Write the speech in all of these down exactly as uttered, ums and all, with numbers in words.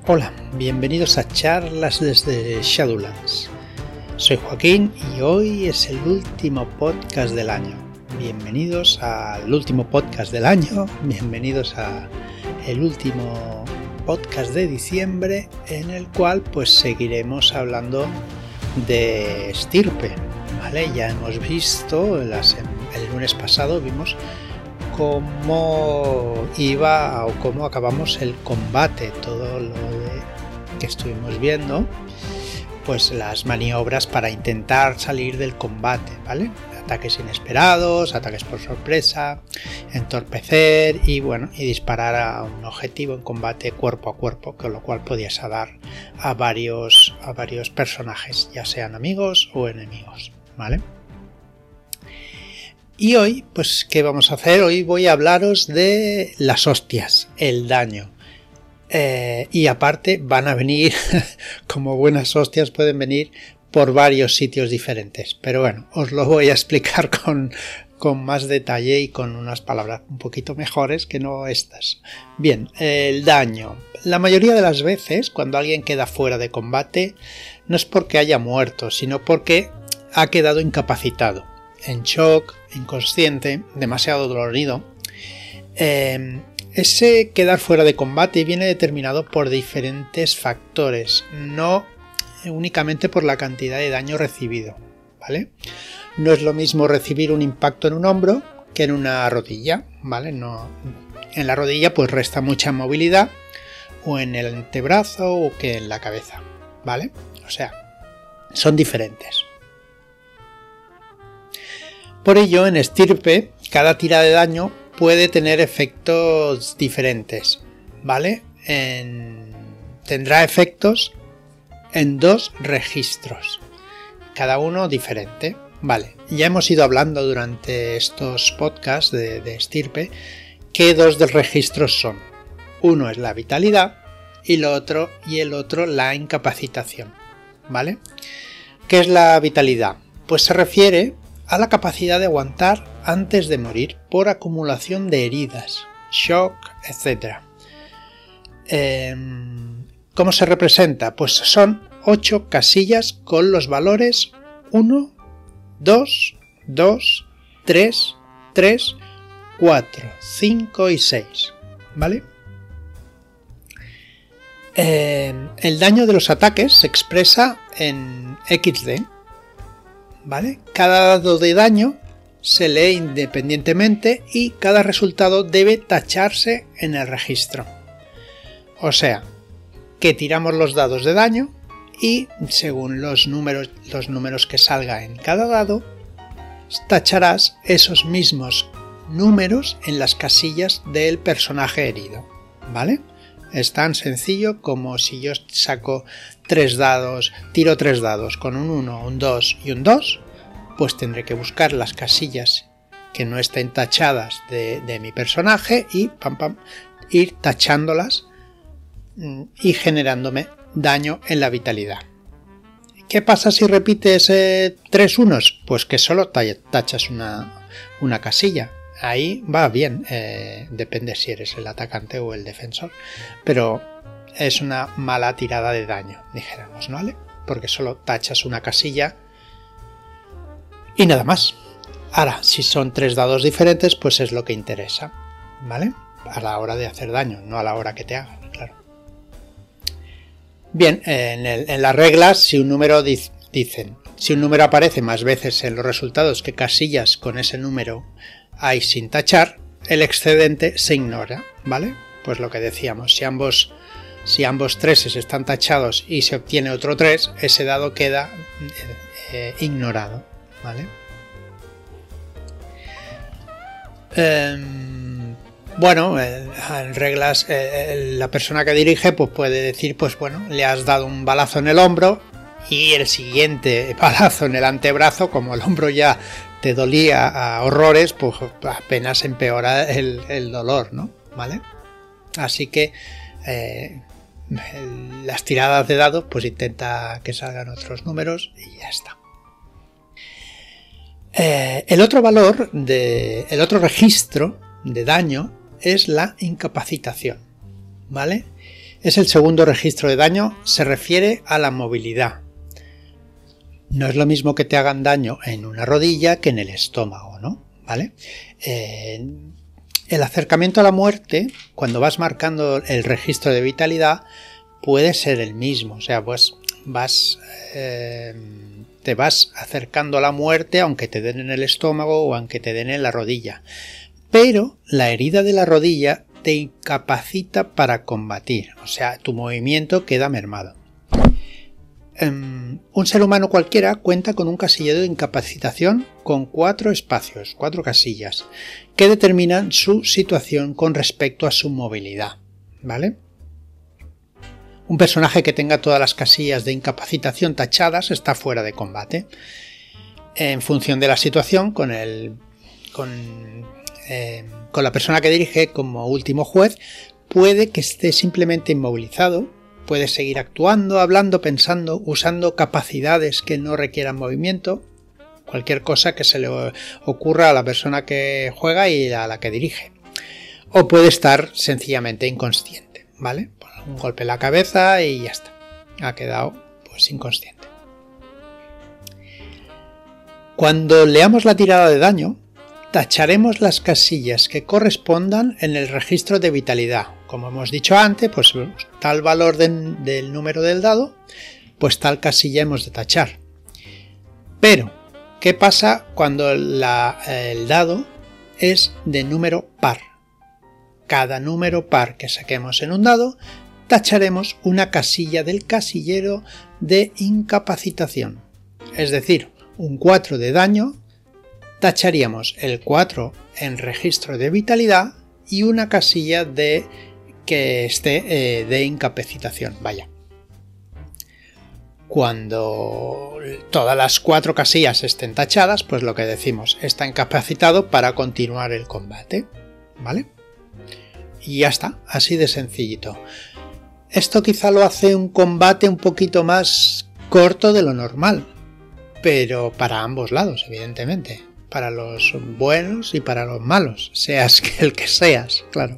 Hola, bienvenidos a charlas desde Shadowlands. Soy Joaquín y hoy es el último podcast del año. Bienvenidos al último podcast del año, bienvenidos a el último podcast de diciembre en el cual pues seguiremos hablando de estirpe, ¿vale? Ya hemos visto, el lunes pasado vimos cómo iba o cómo acabamos el combate, todo lo de, que estuvimos viendo, pues las maniobras para intentar salir del combate, ¿vale? Ataques inesperados, ataques por sorpresa, entorpecer y bueno, y disparar a un objetivo en combate cuerpo a cuerpo, con lo cual podías dar a varios, a varios personajes, ya sean amigos o enemigos, ¿vale? Y hoy, pues, ¿qué vamos a hacer? Hoy voy a hablaros de las hostias, el daño. Eh, y aparte van a venir, como buenas hostias, pueden venir por varios sitios diferentes. Pero bueno, os lo voy a explicar con, con más detalle y con unas palabras un poquito mejores que no estas. Bien, el daño. La mayoría de las veces, cuando alguien queda fuera de combate, no es porque haya muerto, sino porque ha quedado incapacitado, en shock, inconsciente, demasiado dolorido. Eh, ese quedar fuera de combate viene determinado por diferentes factores, no únicamente por la cantidad de daño recibido, ¿vale? No es lo mismo recibir un impacto en un hombro que en una rodilla, ¿vale? No, en la rodilla pues resta mucha movilidad, o en el antebrazo o que en la cabeza, ¿vale? O sea, son diferentes. Por ello, en estirpe, cada tira de daño puede tener efectos diferentes, ¿vale? En... Tendrá efectos en dos registros, cada uno diferente, ¿vale? Ya hemos ido hablando durante estos podcasts de, de estirpe que dos de los registros son. Uno es la vitalidad y, lo otro, y el otro la incapacitación, ¿vale? ¿Qué es la vitalidad? Pues se refiere a la capacidad de aguantar antes de morir por acumulación de heridas, shock, etcétera. Eh, ¿Cómo se representa? Pues son ocho casillas con los valores uno, dos, dos, tres, tres, cuatro, cinco y seis, ¿vale? Eh, el daño de los ataques se expresa en equis de, ¿vale? Cada dado de daño se lee independientemente y cada resultado debe tacharse en el registro. O sea, que tiramos los dados de daño y según los números, los números que salga en cada dado, tacharás esos mismos números en las casillas del personaje herido, ¿vale? Es tan sencillo como si yo saco tres dados, tiro tres dados con un uno, un dos y un dos, pues tendré que buscar las casillas que no estén tachadas de, de mi personaje y pam, pam, ir tachándolas y generándome daño en la vitalidad. ¿Qué pasa si repites eh, tres unos? Pues que solo tachas una, una casilla. Ahí va bien, eh, depende si eres el atacante o el defensor, pero es una mala tirada de daño, dijéramos, ¿vale? Porque solo tachas una casilla y nada más. Ahora, si son tres dados diferentes, pues es lo que interesa, ¿vale? A la hora de hacer daño, no a la hora que te hagan, claro. Bien, en, el, en las reglas, si un número dic- dicen, si un número aparece más veces en los resultados que casillas con ese número hay sin tachar, el excedente se ignora, ¿vale? Pues lo que decíamos, si ambos, si ambos treses están tachados y se obtiene otro tres, ese dado queda eh, ignorado, ¿vale? Eh, bueno, eh, en reglas, eh, la persona que dirige pues puede decir, pues bueno, le has dado un balazo en el hombro y el siguiente balazo en el antebrazo, como el hombro ya te dolía a horrores, pues apenas empeora el, el dolor, ¿no? ¿Vale? Así que eh, las tiradas de dados, pues intenta que salgan otros números y ya está. Eh, el otro valor, de, el otro registro de daño es la incapacitación, ¿vale? Es el segundo registro de daño, se refiere a la movilidad. No es lo mismo que te hagan daño en una rodilla que en el estómago, ¿no? ¿Vale? Eh, el acercamiento a la muerte, cuando vas marcando el registro de vitalidad, puede ser el mismo. O sea, pues vas, eh, te vas acercando a la muerte aunque te den en el estómago o aunque te den en la rodilla. Pero la herida de la rodilla te incapacita para combatir. O sea, tu movimiento queda mermado. Um, un ser humano cualquiera cuenta con un casillero de incapacitación con cuatro espacios, cuatro casillas, que determinan su situación con respecto a su movilidad, ¿vale? Un personaje que tenga todas las casillas de incapacitación tachadas está fuera de combate. En función de la situación, con, el, con, eh, con la persona que dirige como último juez, puede que esté simplemente inmovilizado. Puede seguir actuando, hablando, pensando, usando capacidades que no requieran movimiento, cualquier cosa que se le ocurra a la persona que juega y a la que dirige. O puede estar sencillamente inconsciente, ¿vale? Un golpe en la cabeza y ya está. Ha quedado pues inconsciente. Cuando leamos la tirada de daño, tacharemos las casillas que correspondan en el registro de vitalidad. Como hemos dicho antes, pues tal valor de, del número del dado, pues tal casilla hemos de tachar. Pero, ¿qué pasa cuando la, el dado es de número par? Cada número par que saquemos en un dado, tacharemos una casilla del casillero de incapacitación. Es decir, un cuatro de daño, tacharíamos el cuatro en registro de vitalidad y una casilla de que esté eh, de incapacitación. Vaya. Cuando todas las cuatro casillas estén tachadas, pues lo que decimos, está incapacitado para continuar el combate, ¿vale? Y ya está, así de sencillito. Esto quizá lo hace un combate un poquito más corto de lo normal, pero para ambos lados, evidentemente. Para los buenos y para los malos, seas el que seas, claro.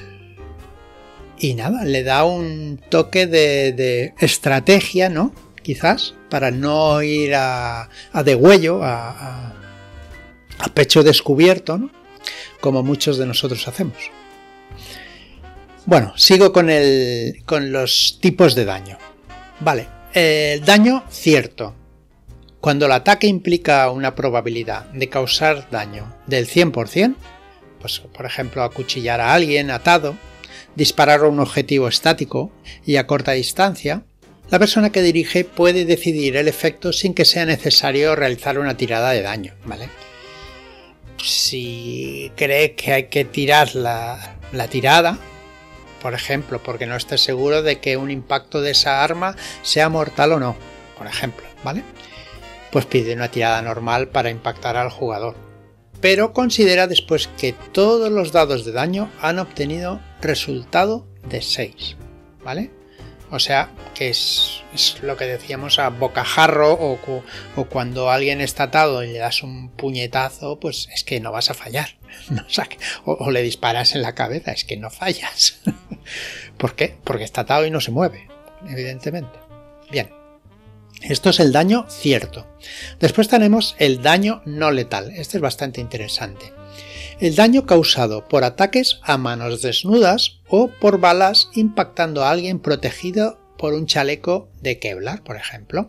Y nada, le da un toque de, de estrategia, ¿no? Quizás, para no ir a, a degüello, a, a, a pecho descubierto, ¿no? Como muchos de nosotros hacemos. Bueno, sigo con, el, con los tipos de daño. Vale, el daño cierto. Cuando el ataque implica una probabilidad de causar daño del cien por ciento, pues por ejemplo acuchillar a alguien atado, disparar a un objetivo estático y a corta distancia, la persona que dirige puede decidir el efecto sin que sea necesario realizar una tirada de daño, ¿vale? Si cree que hay que tirar la, la tirada, por ejemplo, porque no esté seguro de que un impacto de esa arma sea mortal o no, por ejemplo, ¿vale? Pues pide una tirada normal para impactar al jugador. Pero considera después que todos los dados de daño han obtenido resultado de seis, ¿vale? O sea, que es, es lo que decíamos a bocajarro o, o cuando alguien está atado y le das un puñetazo, pues es que no vas a fallar. No, o, sea, o, o le disparas en la cabeza, es que no fallas. ¿Por qué? Porque está atado y no se mueve, evidentemente. Bien. Esto es el daño cierto. Después tenemos el daño no letal. Este es bastante interesante. El daño causado por ataques a manos desnudas o por balas impactando a alguien protegido por un chaleco de Kevlar, por ejemplo.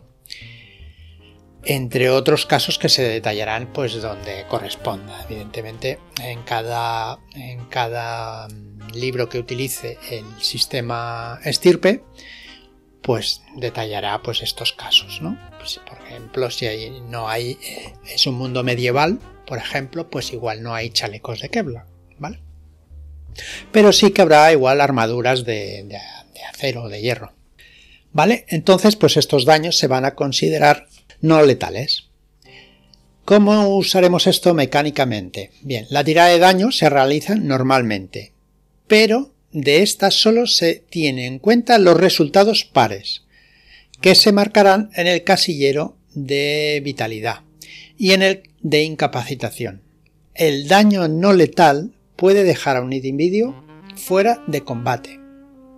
Entre otros casos que se detallarán pues donde corresponda. Evidentemente en cada, en cada libro que utilice el sistema Estirpe, pues detallará pues estos casos, ¿no? Pues, por ejemplo, si hay, no hay, eh, es un mundo medieval, por ejemplo, pues igual no hay chalecos de Kevlar, ¿vale? Pero sí que habrá igual armaduras de, de, de acero o de hierro, ¿vale? Entonces, pues estos daños se van a considerar no letales. ¿Cómo usaremos esto mecánicamente? Bien, la tirada de daño se realiza normalmente, pero de estas solo se tienen en cuenta los resultados pares, que se marcarán en el casillero de vitalidad y en el de incapacitación. El daño no letal puede dejar a un individuo fuera de combate.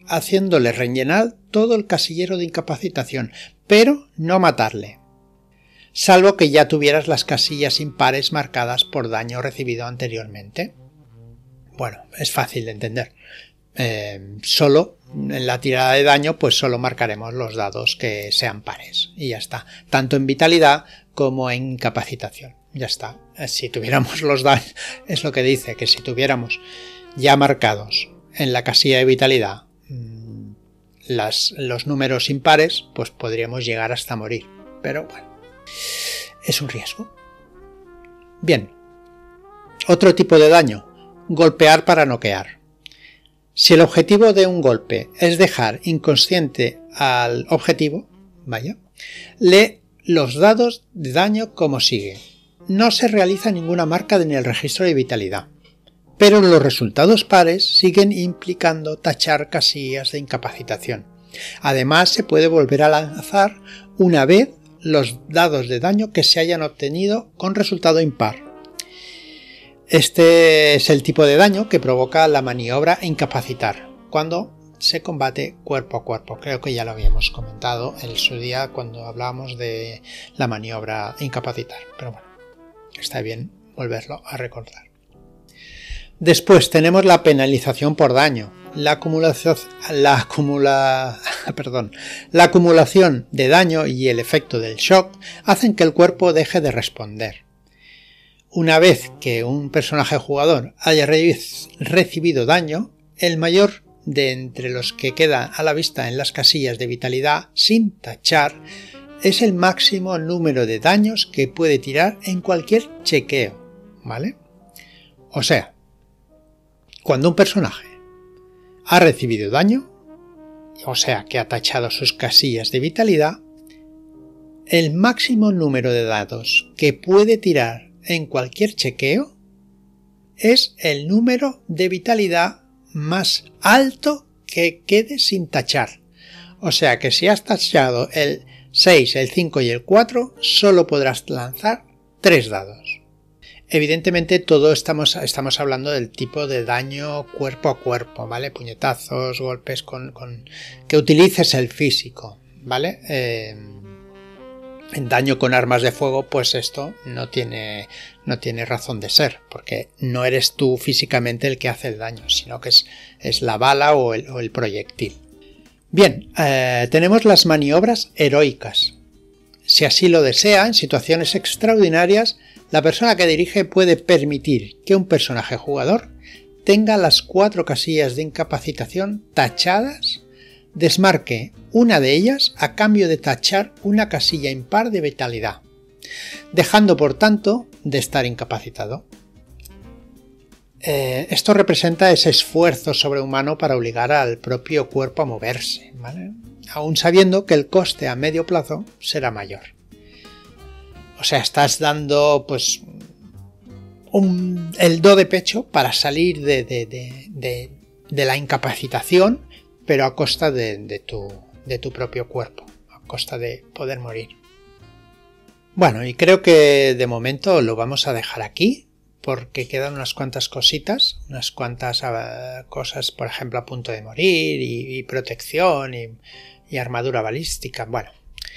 haciéndole rellenar todo el casillero de incapacitación, pero no matarle, salvo que ya tuvieras las casillas impares marcadas por daño recibido anteriormente. Bueno, es fácil de entender. Eh, solo en la tirada de daño pues solo marcaremos los dados que sean pares y ya está, tanto en vitalidad como en incapacitación. Ya está. Si tuviéramos los daños, es lo que dice, que si tuviéramos ya marcados en la casilla de vitalidad las, los números impares, pues podríamos llegar hasta morir. Pero bueno, es un riesgo. Bien. Otro tipo de daño. Golpear para noquear. Si el objetivo de un golpe es dejar inconsciente al objetivo, vaya, lee los dados de daño como sigue. No se realiza ninguna marca en el registro de vitalidad, pero los resultados pares siguen implicando tachar casillas de incapacitación. Además, se puede volver a lanzar una vez los dados de daño que se hayan obtenido con resultado impar. Este es el tipo de daño que provoca la maniobra incapacitar, cuando se combate cuerpo a cuerpo. Creo que ya lo habíamos comentado en su día cuando hablábamos de la maniobra incapacitar, pero bueno, está bien volverlo a recordar. Después tenemos la penalización por daño. La acumulación, la, acumula, perdón, la acumulación de daño y el efecto del shock hacen que el cuerpo deje de responder. Una vez que un personaje jugador haya recibido daño, el mayor de entre los que queda a la vista en las casillas de vitalidad sin tachar es el máximo número de daños que puede tirar en cualquier chequeo, ¿vale? O sea, cuando un personaje ha recibido daño, o sea que ha tachado sus casillas de vitalidad, el máximo número de dados que puede tirar en cualquier chequeo es el número de vitalidad más alto que quede sin tachar. O sea que si has tachado el seis, el cinco y el cuatro, solo podrás lanzar tres dados. Evidentemente todo estamos, estamos hablando del tipo de daño cuerpo a cuerpo, ¿vale? Puñetazos, golpes con, con que utilices el físico, ¿vale? Eh, en daño con armas de fuego, pues esto no tiene, no tiene razón de ser, porque no eres tú físicamente el que hace el daño, sino que es, es la bala o el, o el proyectil. Bien, eh, tenemos las maniobras heroicas. Si así lo desea, en situaciones extraordinarias, la persona que dirige puede permitir que un personaje jugador tenga las cuatro casillas de incapacitación tachadas, desmarque una de ellas a cambio de tachar una casilla impar de vitalidad, dejando por tanto de estar incapacitado. Eh, esto representa ese esfuerzo sobrehumano para obligar al propio cuerpo a moverse, ¿vale? Aún sabiendo que el coste a medio plazo será mayor. O sea, estás dando pues un, el do de pecho para salir de, de, de, de, de la incapacitación, pero a costa de, de, tu, de tu propio cuerpo, a costa de poder morir. Bueno, y creo que de momento lo vamos a dejar aquí, porque quedan unas cuantas cositas, unas cuantas uh, cosas, por ejemplo, a punto de morir, y, y protección, y, y armadura balística. Bueno,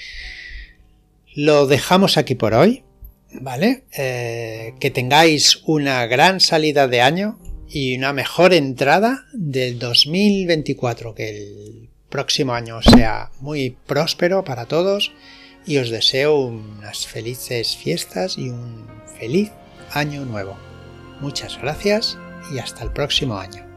lo dejamos aquí por hoy, ¿vale? Eh, que tengáis una gran salida de año y una mejor entrada del dos mil veinticuatro, que el próximo año sea muy próspero para todos, y os deseo unas felices fiestas y un feliz año nuevo. Muchas gracias y hasta el próximo año.